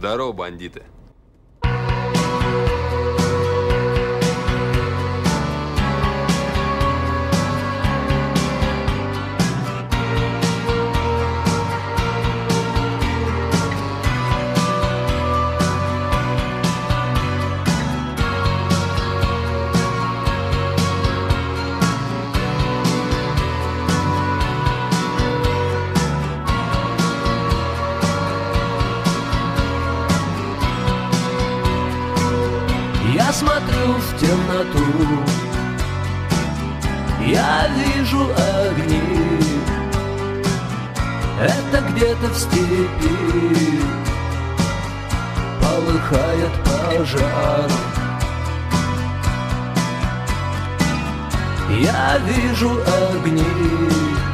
Здорово, бандиты. Я смотрю в темноту, я вижу огни. Это где-то в степи полыхает пожар. Я вижу огни,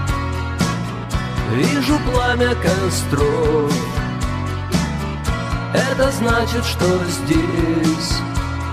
вижу пламя костров. Это значит, что здесь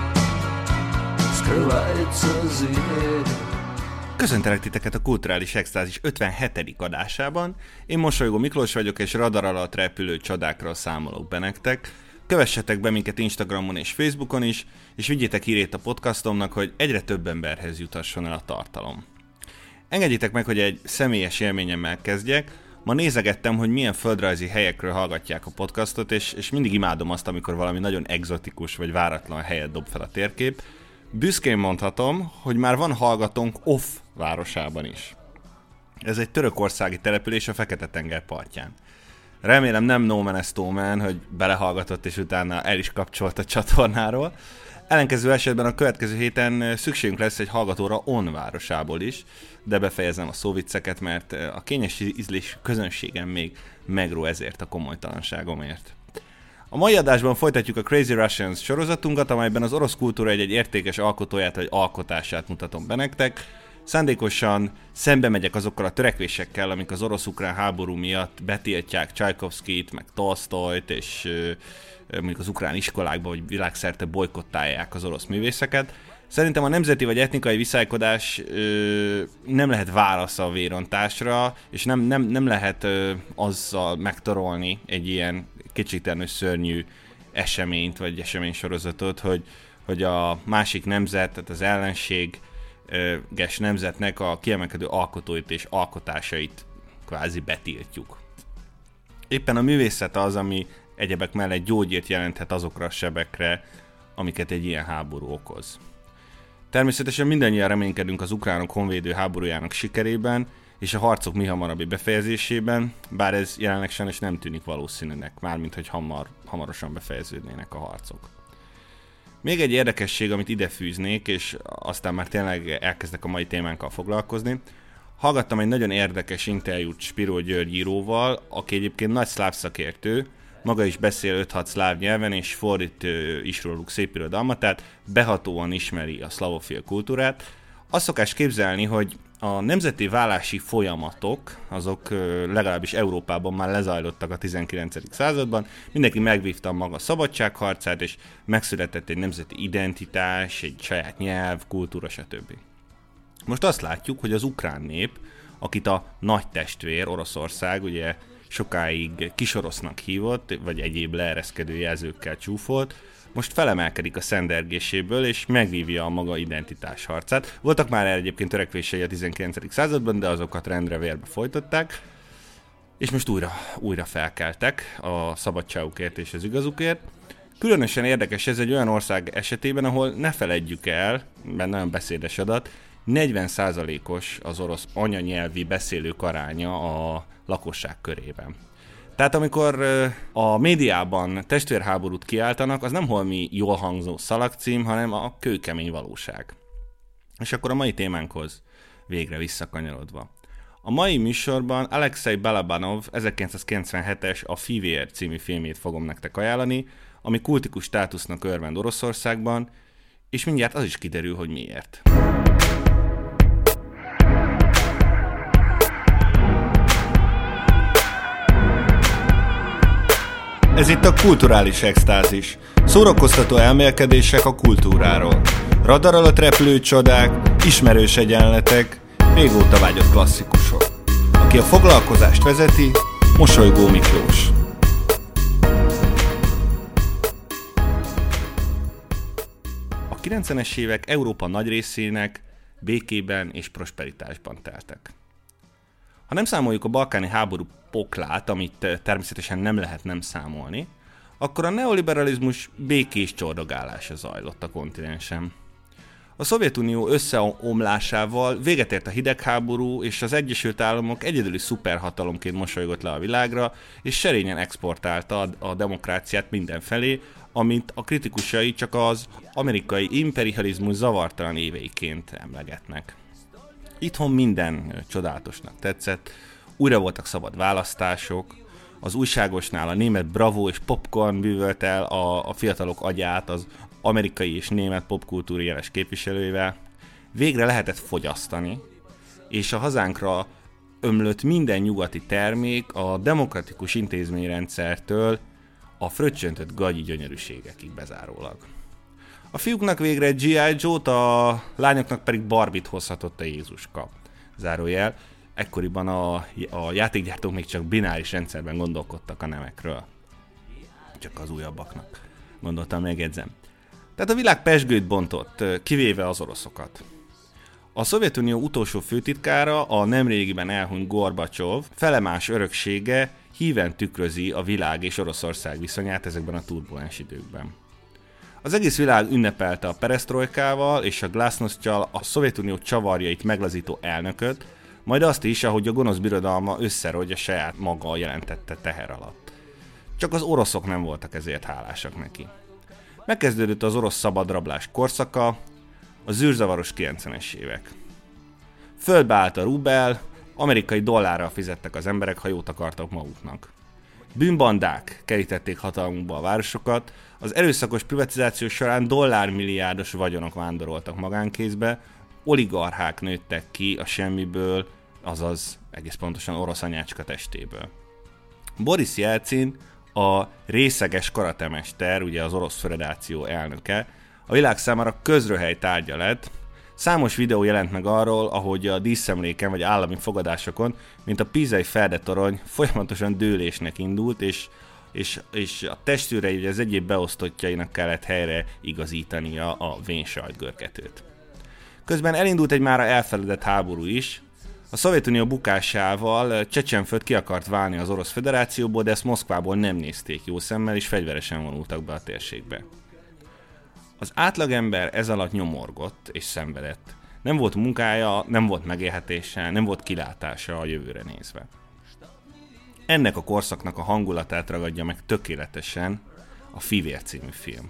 Köszöntelek titeket a Kulturális Extázis 57. adásában. Én Mosolygó Miklós vagyok, és radar alatt repülő csodákról számolok be nektek. Kövessetek be minket Instagramon és Facebookon is, és vigyétek hírét a podcastomnak, hogy egyre több emberhez jutasson el a tartalom. Engedjétek meg, hogy egy személyes élményemmel kezdjek. Ma nézegettem, hogy milyen földrajzi helyekről hallgatják a podcastot, és mindig imádom azt, amikor valami nagyon egzotikus vagy váratlan helyet dob fel a térkép. Büszkén mondhatom, hogy már van hallgatónk Off városában is. Ez egy törökországi település a Fekete-tenger partján. Remélem nem No Man is No Man, hogy belehallgatott és utána el is kapcsolt a csatornáról. Ellenkező esetben a következő héten szükségünk lesz egy hallgatóra On városából is, de befejezem a szóvicceket, mert a kényes ízlés közönségem még megró ezért a komolytalanságomért. A mai adásban folytatjuk a Crazy Russians sorozatunkat, amelyben az orosz kultúra egy értékes alkotóját vagy alkotását mutatom be nektek. Szándékosan szembe megyek azokkal a törekvésekkel, amik az orosz-ukrán háború miatt betiltják Csajkovszkit, meg Tolsztojt, és mondjuk az ukrán iskolákban vagy világszerte bojkottálják az orosz művészeket. Szerintem a nemzeti vagy etnikai viszálykodás nem lehet válasz a vérontásra, és nem lehet azzal megtorolni egy ilyen kicsikenő szörnyű eseményt, vagy eseménysorozatot, hogy a másik nemzet, tehát az ellenséges nemzetnek a kiemelkedő alkotóit és alkotásait kvázi betiltjuk. Éppen a művészet az, ami egyebek mellett gyógyírt jelenthet azokra a sebekre, amiket egy ilyen háború okoz. Természetesen mindannyian reménykedünk az ukránok honvédő háborújának sikerében és a harcok mihamarabbi befejezésében, bár ez jelenleg sajnos nem tűnik valószínűnek, mármint hogy hamarosan befejeződnének a harcok. Még egy érdekesség, amit ide fűznék, és aztán már tényleg elkezdek a mai témánkkal foglalkozni. Hallgattam egy nagyon érdekes interjút Spiró György íróval, aki egyébként nagy szláv szakértő, maga is beszél 5-6 szláv nyelven, és fordít is róluk szép irodalmat, tehát behatóan ismeri a szlavofil kultúrát. Azt szokás képzelni, hogy a nemzeti válási folyamatok, azok legalábbis Európában már lezajlottak a 19. században, mindenki megvívta maga szabadságharcát, és megszületett egy nemzeti identitás, egy saját nyelv, kultúra, stb. Most azt látjuk, hogy az ukrán nép, akit a nagy testvér Oroszország ugye sokáig kisorosznak hívott, vagy egyéb leereszkedő jelzőkkel csúfolt, most felemelkedik a szendergéséből, és megvívja a maga identitásharcát. Voltak már egyébként törekvései a 19. században, de azokat rendre vérbe folytatták, és most újra felkeltek a szabadságukért és az igazukért. Különösen érdekes ez egy olyan ország esetében, ahol ne feledjük el, mert nagyon beszédes adat, 40%-os az orosz anyanyelvi beszélők aránya a lakosság körében. Tehát amikor a médiában testvérháborút kiáltanak, az nem holmi jól hangzó szalagcím, hanem a kőkemény valóság. És akkor a mai témánkhoz végre visszakanyarodva. A mai műsorban Alexei Balabanov 1997-es A Fivér című filmét fogom nektek ajánlani, ami kultikus státusznak örvend Oroszországban, és mindjárt az is kiderül, hogy miért. Ez itt a Kulturális Extázis. Szórakoztató elmélkedések a kultúráról. Radar alatt repülő csodák, ismerős egyenletek, régóta vágyott klasszikusok. Aki a foglalkozást vezeti, Mosolygó Miklós. 90-es évek Európa nagy részének békében és prosperitásban teltek. Ha nem számoljuk a balkáni háború poklát, amit természetesen nem lehet nem számolni, akkor a neoliberalizmus békés csordogálása zajlott a kontinensen. A Szovjetunió összeomlásával véget ért a hidegháború, és az Egyesült Államok egyedüli szuperhatalomként mosolygott le a világra, és serényen exportálta a demokráciát mindenfelé, amint a kritikusai csak az amerikai imperializmus zavartalan éveiként emlegetnek. Itthon minden csodálatosnak tetszett, újra voltak szabad választások, az újságosnál a német Bravo és Popcorn bűvölt el a fiatalok agyát az amerikai és német popkultúra jeles képviselőivel. Végre lehetett fogyasztani, és a hazánkra ömlött minden nyugati termék a demokratikus intézményrendszertől a fröccsöntött gagyi gyönyörűségekig bezárólag. A fiúknak végre G.I. Joe-t, a lányoknak pedig Barbie-t hozhatott a Jézuska. Zárójel, ekkoriban a játékgyártók még csak bináris rendszerben gondolkodtak a nemekről. Csak az újabbaknak gondoltam, megjegyzem. Tehát a világ pezsgőt bontott, kivéve az oroszokat. A Szovjetunió utolsó főtitkára, a nemrégiben elhunyt Gorbacsov felemás öröksége híven tükrözi a világ és Oroszország viszonyát ezekben a turbulens időkben. Az egész világ ünnepelte a peresztrojkával és a glasznoszttyal a Szovjetunió csavarjait meglazító elnököt, majd azt is, ahogy a gonosz birodalma összerodja saját maga jelentette teher alatt. Csak az oroszok nem voltak ezért hálásak neki. Megkezdődött az orosz szabadrablás korszaka, a zűrzavaros 90-es évek. Földbe állt a rubel, amerikai dollárral fizettek az emberek, ha jót akartak maguknak. Bűnbandák kerítették hatalmunkba a városokat, az erőszakos privatizáció során dollármilliárdos vagyonok vándoroltak magánkézbe, oligarchák nőttek ki a semmiből, azaz egész pontosan orosz anyácska testéből. Boris Jelcin, a részeges karatemester, ugye az Orosz Föderáció elnöke, a világ számára közröhely tárgya lett. Számos videó jelent meg arról, ahogy a díszemléken vagy állami fogadásokon, mint a pízai Ferde-torony folyamatosan dőlésnek indult, és a testőrei, ugye az egyéb beosztottjainak kellett helyre igazítania a vénsajtgörgetőt. Közben elindult egy mára elfeledett háború is. A Szovjetunió bukásával Csecsenföld ki akart válni az Orosz Föderációból, de ezt Moszkvából nem nézték jó szemmel, és fegyveresen vonultak be a térségbe. Az átlagember ez alatt nyomorgott és szenvedett. Nem volt munkája, nem volt megélhetése, nem volt kilátása a jövőre nézve. Ennek a korszaknak a hangulatát ragadja meg tökéletesen a Fivér című film.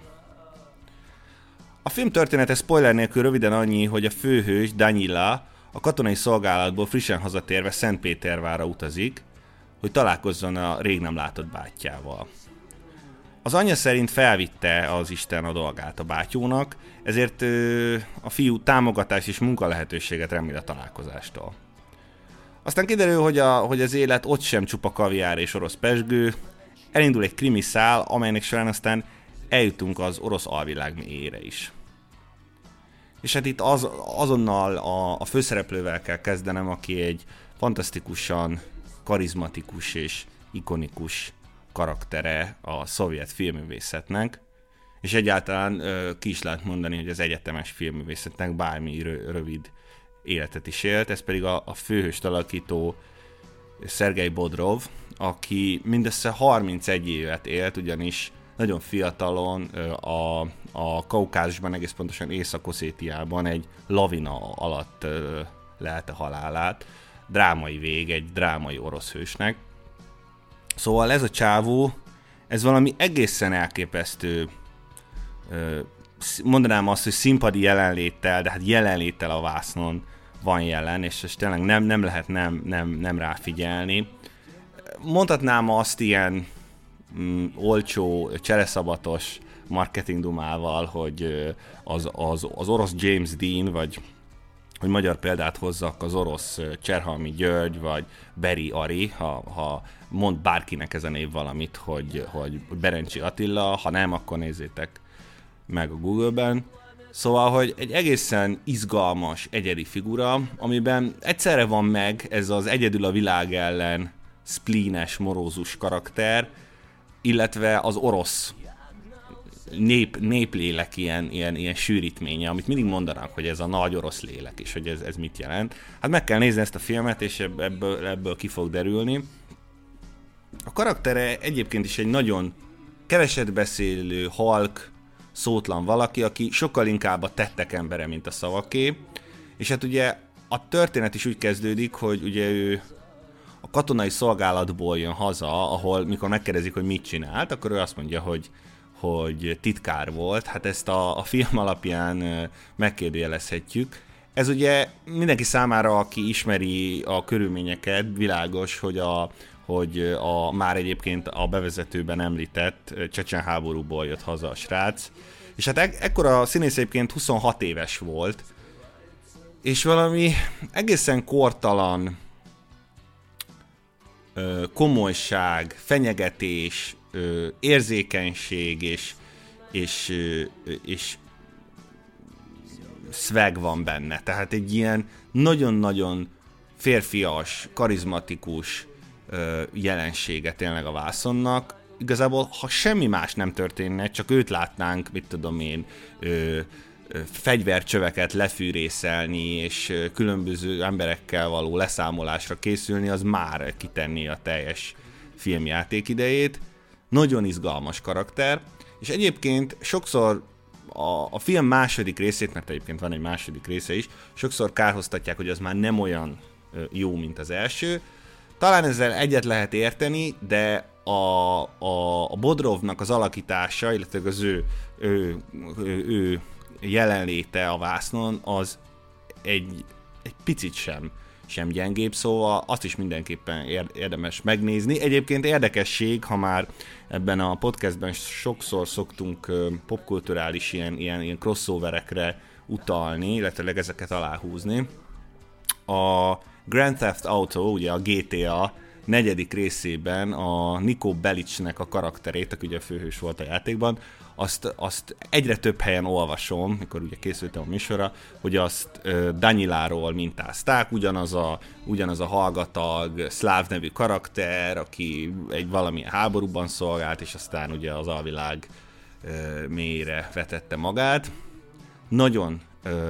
A film története spoiler nélkül röviden annyi, hogy a főhős Danila a katonai szolgálatból frissen hazatérve Szentpétervárra utazik, hogy találkozzon a rég nem látott bátyjával. Az anyja szerint felvitte az Isten a dolgát a bátyónak, ezért a fiú támogatás és munkalehetőséget remél a találkozástól. Aztán kiderül, hogy az élet ott sem csupa kaviár és orosz pezsgő, elindul egy krimi szál, amelynek során aztán eljutunk az orosz alvilág mélyére is. És hát itt azonnal a főszereplővel kell kezdenem, aki egy fantasztikusan karizmatikus és ikonikus karaktere a szovjet filmművészetnek, és egyáltalán ki is lehet mondani, hogy az egyetemes filmművészetnek bármi rövid életet is élt, ez pedig a főhőst alakító Szergej Bodrov, aki mindössze 31 évet élt, ugyanis nagyon fiatalon a Kaukázusban, egész pontosan Észak-Oszétiában egy lavina alatt lelte halálát. Drámai vég egy drámai orosz hősnek. Szóval ez a csávó, ez valami egészen elképesztő, mondanám azt, hogy színpadi jelenléttel, de hát jelenléttel a vásznon van jelen, és tényleg nem lehet nem ráfigyelni. Mondhatnám azt ilyen olcsó, csereszabatos marketingdumával, hogy az orosz James Dean, vagy hogy magyar példát hozzak, az orosz Cserhalmi György, vagy Beri Ari, ha mond bárkinek ez a név valamit, hogy Berencsi Attila, ha nem, akkor nézzétek meg a Google-ben. Szóval, hogy egy egészen izgalmas, egyedi figura, amiben egyszerre van meg ez az egyedül a világ ellen spleenes, morózus karakter, illetve az orosz néplélek ilyen sűrítménye, amit mindig mondanak, hogy ez a nagy orosz lélek, és hogy ez mit jelent. Hát meg kell nézni ezt a filmet, és ebből ki fog derülni. A karaktere egyébként is egy nagyon keveset beszélő, halk, szótlan valaki, aki sokkal inkább a tettek embere, mint a szavaké. És hát ugye a történet is úgy kezdődik, hogy ugye ő a katonai szolgálatból jön haza, ahol mikor megkérdezik, hogy mit csinált, akkor ő azt mondja, hogy titkár volt. Hát ezt a film alapján megkérdőjelezhetjük. Ez ugye mindenki számára, aki ismeri a körülményeket, világos, hogy a már egyébként a bevezetőben említett csecsen háborúból jött haza a srác. És hát ekkor a színész egyébként 26 éves volt, és valami egészen kortalan komolyság, fenyegetés, érzékenység és swag van benne. Tehát egy ilyen nagyon-nagyon férfias, karizmatikus jelensége tényleg a vászonnak. Igazából, ha semmi más nem történne, csak őt látnánk, mit tudom én, fegyvercsöveket lefűrészelni, és különböző emberekkel való leszámolásra készülni, az már kitenné a teljes filmjáték idejét. Nagyon izgalmas karakter, és egyébként sokszor a film második részét, mert egyébként van egy második része is, sokszor kárhoztatják, hogy az már nem olyan jó, mint az első. Talán ezzel egyet lehet érteni, de a Bodrovnak az alakítása, illetve az ő jelenléte a vásznon, az egy picit sem gyengébb, szóval azt is mindenképpen érdemes megnézni. Egyébként érdekesség, ha már ebben a podcastben sokszor szoktunk popkulturális ilyen crossoverekre utalni, illetve ezeket aláhúzni. A Grand Theft Auto, ugye a GTA 4. részében a Niko Bellicnek a karakterét, aki ugye a főhős volt a játékban, azt egyre több helyen olvasom, mikor ugye készültem a műsorra, hogy azt Daniláról mintázták, ugyanaz a hallgatag, szláv nevű karakter, aki egy valamilyen háborúban szolgált, és aztán ugye az alvilág mélyére vetette magát. Nagyon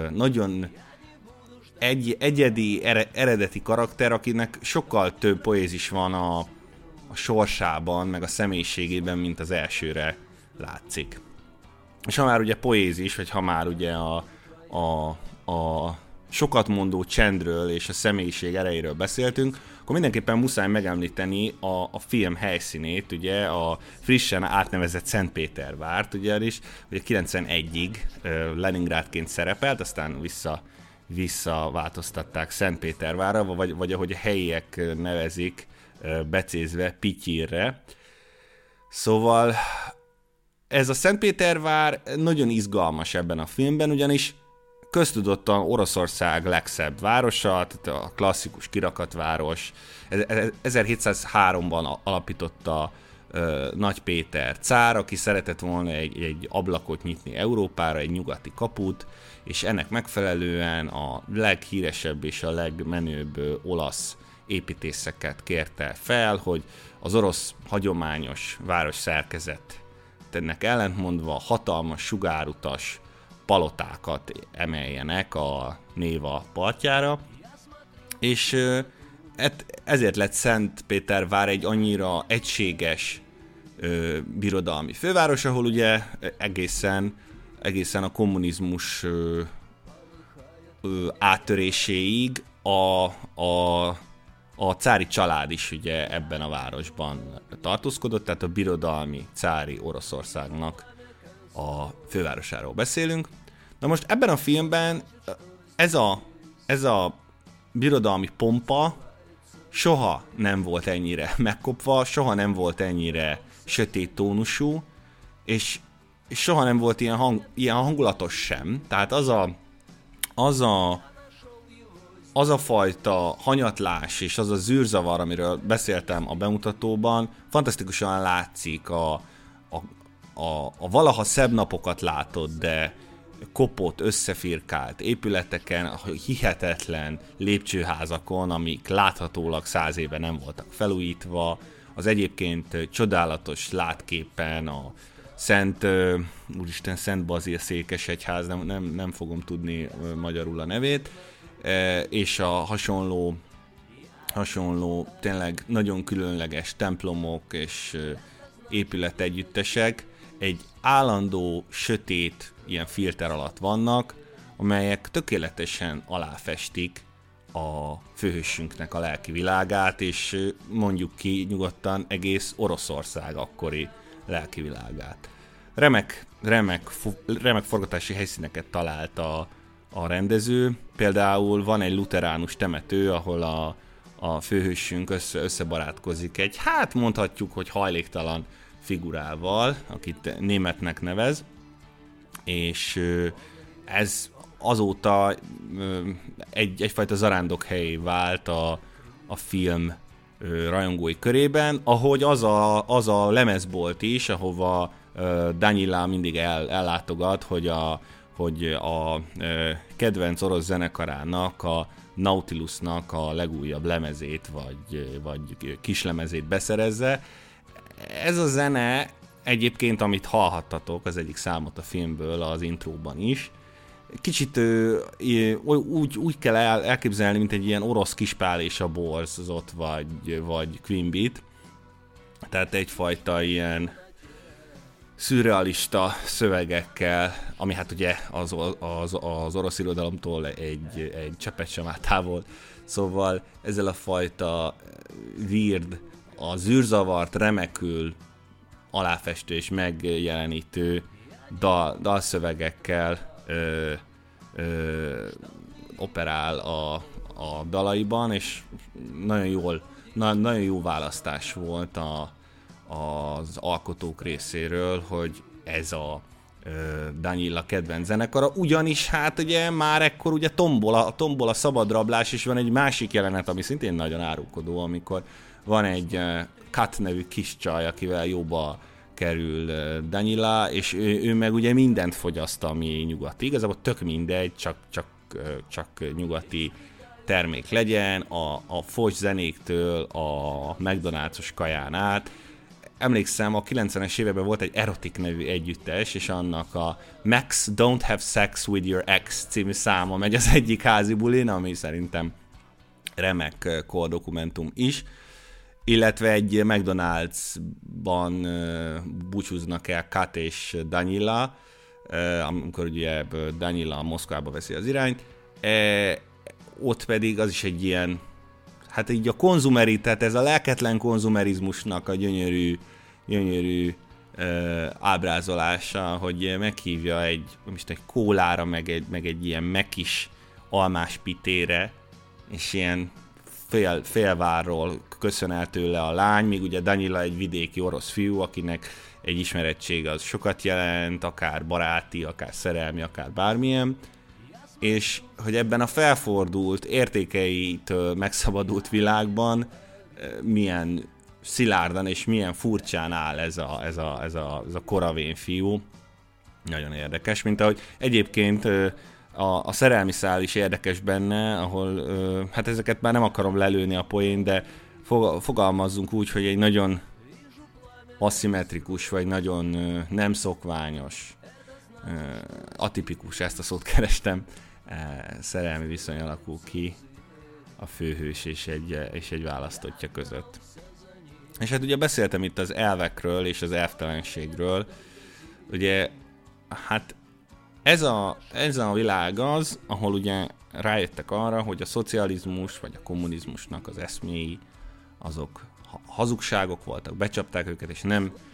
egyedi, eredeti karakter, akinek sokkal több poézis van a sorsában, meg a személyiségében, mint az elsőre látszik. És ha már ugye poézis, vagy ha már ugye a sokat mondó csendről és a személyiség erejéről beszéltünk, akkor mindenképpen muszáj megemlíteni a film helyszínét, ugye a frissen átnevezett Szentpétervárt, ugyanis ugye 91-ig Leningrádként szerepelt, aztán visszaváltoztatták Szentpétervárra, vagy ahogy a helyiek nevezik, becézve Pityirre. Szóval ez a Szentpétervár nagyon izgalmas ebben a filmben, ugyanis köztudottan Oroszország legszebb városa, tehát a klasszikus kirakatváros. 1703-ban alapította Nagy Péter cár, aki szeretett volna egy ablakot nyitni Európára, egy nyugati kaput, és ennek megfelelően a leghíresebb és a legmenőbb olasz építészeket kérte fel, hogy az orosz hagyományos város szerkezetnek ellentmondva hatalmas sugárutas palotákat emeljenek a Néva partjára, és ezért lett Szentpétervár egy annyira egységes birodalmi főváros, ahol ugye egészen a kommunizmus áttöréséig a cári család is ugye ebben a városban tartózkodott, tehát a birodalmi cári Oroszországnak a fővárosáról beszélünk. Na most ebben a filmben ez a birodalmi pompa soha nem volt ennyire megkopva, soha nem volt ennyire sötét tónusú, és soha nem volt ilyen hangulatos sem. Tehát az a fajta hanyatlás és az a zűrzavar, amiről beszéltem a bemutatóban, fantasztikusan látszik a valaha szebb napokat látott, de kopott, összefirkált épületeken, a hihetetlen lépcsőházakon, amik láthatólag 100 éve nem voltak felújítva, az egyébként csodálatos látképen Szent Bazil székesegyház, nem fogom tudni magyarul a nevét, és a hasonló tényleg nagyon különleges templomok és épületegyüttesek egy állandó, sötét ilyen filter alatt vannak, amelyek tökéletesen aláfestik a főhősünknek a lelki világát, és mondjuk ki nyugodtan egész Oroszország akkori lelki világát. Remek forgatási helyszíneket talált a rendező. Például van egy luteránus temető, ahol a főhősünk összebarátkozik egy, hát mondhatjuk, hogy hajléktalan figurával, akit németnek nevez, és ez azóta egyfajta zarándokhelyé vált a film rajongói körében, ahogy az a lemezbolt is, ahova Danyila mindig ellátogat, hogy a kedvenc orosz zenekarának, a Nautilusnak a legújabb lemezét, vagy kislemezét beszerezze. Ez a zene egyébként, amit hallhattatok, az egyik számot a filmből, az intróban is, kicsit úgy kell elképzelni, mint egy ilyen orosz Kispál és a borzott, vagy Queen Beat. Tehát egyfajta ilyen szürrealista szövegekkel, ami hát ugye az orosz irodalomtól egy cseppet sem áll távol. Szóval ezzel a fajta weird, a zűrzavart remekül aláfestő és megjelenítő dalszövegekkel operál a dalaiban, és nagyon jó választás volt az alkotók részéről, hogy ez a Danyila kedvenc zenekara, ugyanis hát ugye már ekkor ugye tombol a szabadrablás, és van egy másik jelenet, ami szintén nagyon árulkodó, amikor van egy Kat nevű kis csaj, akivel jóba kerül Danyila, és ő meg ugye mindent fogyaszt, ami nyugati. Igazából tök mindegy, csak nyugati termék legyen, a fos zenéktől a McDonald's-os kaján át. Emlékszem, a 90-es években volt egy Erotic nevű együttes, és annak a Max Don't Have Sex With Your Ex című száma megy az egyik házi bulin, ami szerintem remek kordokumentum is. Illetve egy McDonald's-ban búcsúznak el Kat és Danyila, amikor ugye Danyila Moszkvába veszi az irányt. Ott pedig az is egy ilyen, hát így a konzumeri, tehát ez a lelketlen konzumerizmusnak a gyönyörű ábrázolása, hogy meghívja egy kólára, meg egy ilyen mekis almás pitére, és ilyen félvárról köszön el tőle a lány, míg ugye Danyila egy vidéki orosz fiú, akinek egy ismerettsége az sokat jelent, akár baráti, akár szerelmi, akár bármilyen, és hogy ebben a felfordult, értékeitől megszabadult világban milyen szilárdan és milyen furcsán áll ez a koravén fiú. Nagyon érdekes, mint ahogy egyébként a szerelmi szál is érdekes benne, ahol hát ezeket már nem akarom lelőni a poén, de fogalmazzunk úgy, hogy egy nagyon aszimmetrikus, vagy nagyon nem szokványos, atipikus, ezt a szót kerestem, szerelmi viszony alakul ki a főhős és egy választottja között. És hát ugye beszéltem itt az elvekről és az elvtelenségről. Ugye, hát ez a világ az, ahol ugye rájöttek arra, hogy a szocializmus vagy a kommunizmusnak az eszméi azok hazugságok voltak, becsapták őket, és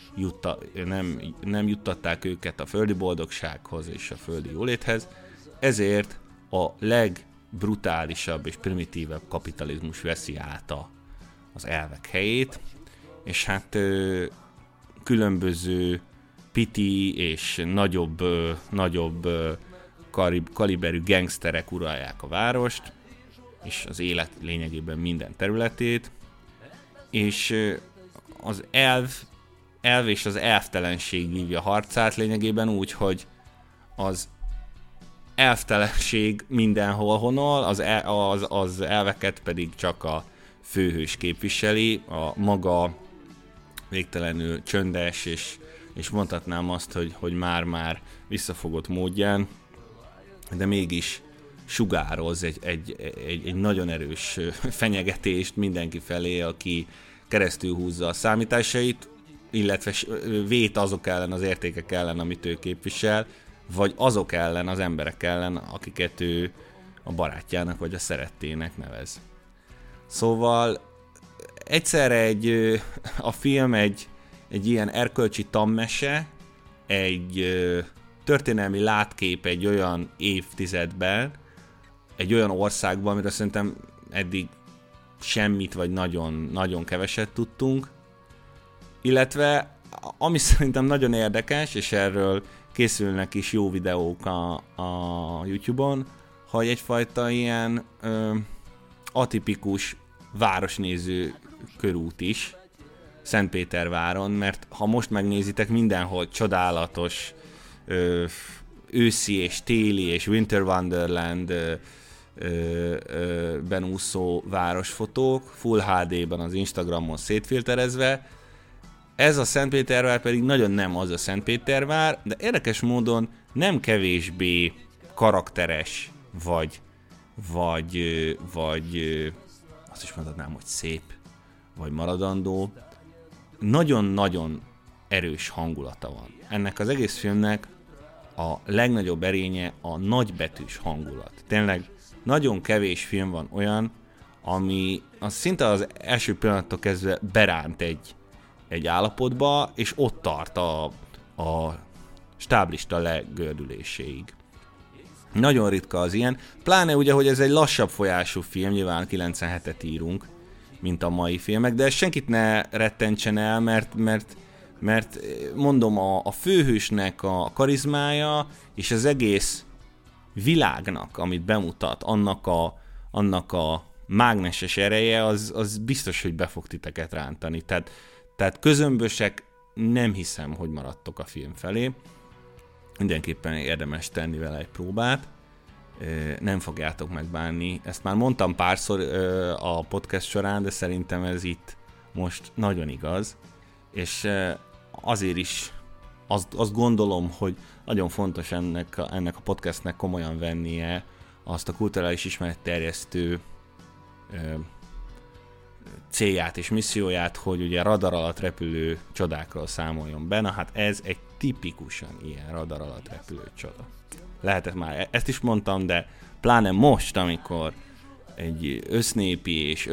nem juttatták őket a földi boldogsághoz és a földi jóléthez, ezért a legbrutálisabb és primitívebb kapitalizmus veszi át az elvek helyét, és hát különböző piti és nagyobb kaliberű gangsterek uralják a várost, és az élet lényegében minden területét, és az elv és az elvtelenség vívja harcát lényegében úgy, hogy az elvtelenség mindenhol honol, az elveket pedig csak a főhős képviseli, a maga végtelenül csöndes és és mondhatnám azt, hogy már visszafogott módján, de mégis sugároz egy nagyon erős fenyegetést mindenki felé, aki keresztül húzza a számításait, illetve vét azok ellen, az értékek ellen, amit ő képvisel, vagy azok ellen, az emberek ellen, akiket ő a barátjának vagy a szerettének nevez. Szóval egyszerre a film egy ilyen erkölcsi tanmese, egy történelmi látkép egy olyan évtizedben, egy olyan országban, amiről szerintem eddig semmit vagy nagyon, nagyon keveset tudtunk, illetve ami szerintem nagyon érdekes, és erről készülnek is jó videók a YouTube-on, hogy egyfajta ilyen atipikus városnéző körút is Szentpéterváron, mert ha most megnézitek, mindenhol csodálatos őszi és téli és Winter Wonderland ben úszó városfotók, Full HD-ben az Instagramon szétfilterezve. Ez a Szentpétervár pedig nagyon nem az a Szentpétervár, de érdekes módon nem kevésbé karakteres, vagy azt is mondhatnám, hogy szép, vagy maradandó. Nagyon-nagyon erős hangulata van. Ennek az egész filmnek a legnagyobb erénye a nagybetűs hangulat. Tényleg nagyon kevés film van olyan, ami szinte az első pillanattól kezdve beránt egy állapotba, és ott tart a stáblista legördüléséig. Nagyon ritka az ilyen, pláne ugye, hogy ez egy lassabb folyású film, nyilván 97-et írunk, mint a mai filmek, de senkit ne rettentsen el, mert mondom, a főhősnek a karizmája és az egész világnak, amit bemutat, annak a mágneses ereje, az biztos, hogy be fog titeket rántani. Tehát közömbösek nem hiszem, hogy maradtok a film felé. Mindenképpen érdemes tenni vele egy próbát. Nem fogjátok megbánni. Ezt már mondtam párszor a podcast során, de szerintem ez itt most nagyon igaz. És azért is azt gondolom, hogy nagyon fontos ennek a podcastnek komolyan vennie azt a kulturális ismeretterjesztő célját és misszióját, hogy ugye radar alatt repülő csodákról számoljon be. Na hát ez egy tipikusan ilyen radar alatt repülő csoda. Lehetett már ezt is mondtam, de pláne most, amikor egy össznépi és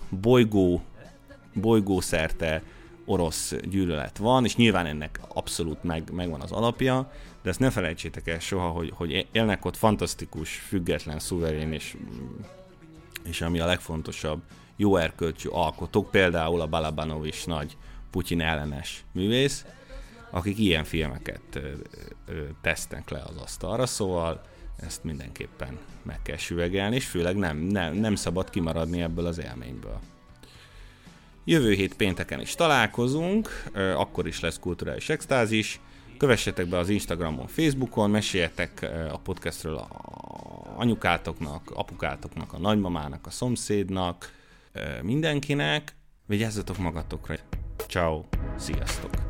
bolygószerte orosz gyűlölet van, és nyilván ennek abszolút megvan az alapja, de ezt ne felejtsétek el soha, hogy élnek ott fantasztikus, független, szuverén és ami a legfontosabb, jó erkölcsű alkotók, például a Balabanovics nagy Putyin ellenes művész, akik ilyen filmeket tesznek le az asztalra, szóval ezt mindenképpen meg kell süvegelni, és főleg nem szabad kimaradni ebből az élményből. Jövő hét pénteken is találkozunk, akkor is lesz kulturális extázis. Kövessetek be az Instagramon, Facebookon, meséljetek a podcastről a anyukátoknak, apukátoknak, a nagymamának, a szomszédnak, mindenkinek. Vigyázzatok magatokra. Ciao, sziasztok!